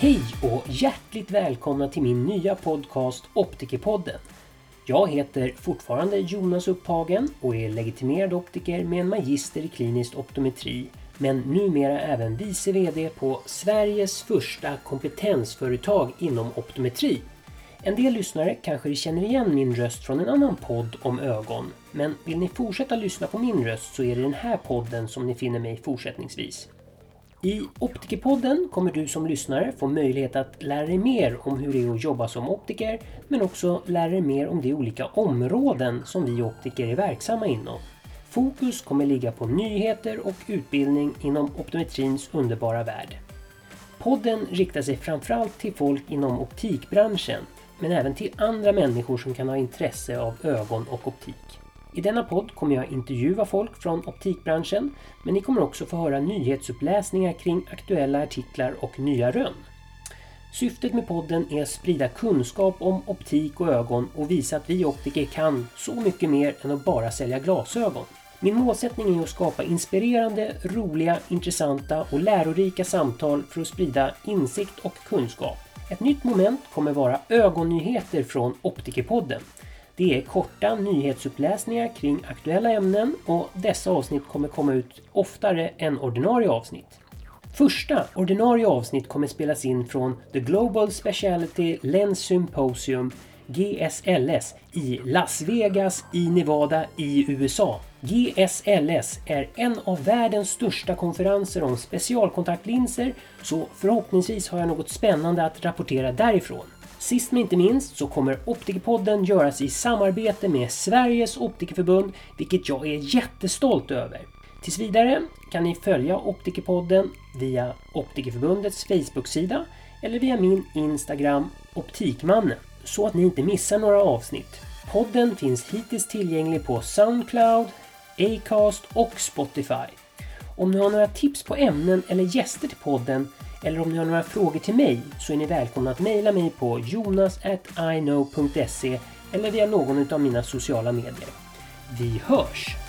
Hej och hjärtligt välkomna till min nya podcast Optikerpodden. Jag heter fortfarande Jonas Upphagen och är legitimerad optiker med en magister i klinisk optometri, men numera även vice vd på Sveriges första kompetensföretag inom optometri. En del lyssnare kanske känner igen min röst från en annan podd om ögon, men vill ni fortsätta lyssna på min röst så är det den här podden som ni finner mig fortsättningsvis. I Optikerpodden kommer du som lyssnare få möjlighet att lära dig mer om hur det är att jobba som optiker, men också lära dig mer om de olika områden som vi optiker är verksamma inom. Fokus kommer ligga på nyheter och utbildning inom optometrins underbara värld. Podden riktar sig framförallt till folk inom optikbranschen, men även till andra människor som kan ha intresse av ögon och optik. I denna podd kommer jag intervjua folk från optikbranschen, men ni kommer också få höra nyhetsuppläsningar kring aktuella artiklar och nya rön. Syftet med podden är att sprida kunskap om optik och ögon och visa att vi optiker kan så mycket mer än att bara sälja glasögon. Min målsättning är att skapa inspirerande, roliga, intressanta och lärorika samtal för att sprida insikt och kunskap. Ett nytt moment kommer vara ögonnyheter från Optikerpodden. Det är korta nyhetsuppläsningar kring aktuella ämnen och dessa avsnitt kommer komma ut oftare än ordinarie avsnitt. Första ordinarie avsnitt kommer spelas in från The Global Specialty Lens Symposium GSLS i Las Vegas i Nevada i USA. GSLS är en av världens största konferenser om specialkontaktlinser, så förhoppningsvis har jag något spännande att rapportera därifrån. Sist men inte minst så kommer Optikerpodden göras i samarbete med Sveriges Optikerförbund, vilket jag är jättestolt över. Tills vidare kan ni följa Optikerpodden via Optikerförbundets Facebook-sida eller via min Instagram Optikmannen, så att ni inte missar några avsnitt. Podden finns hittills tillgänglig på Soundcloud, Acast och Spotify. Om ni har några tips på ämnen eller gäster till podden, eller om ni har några frågor till mig, så är ni välkomna att mejla mig på jonas@iknow.se eller via någon av mina sociala medier. Vi hörs!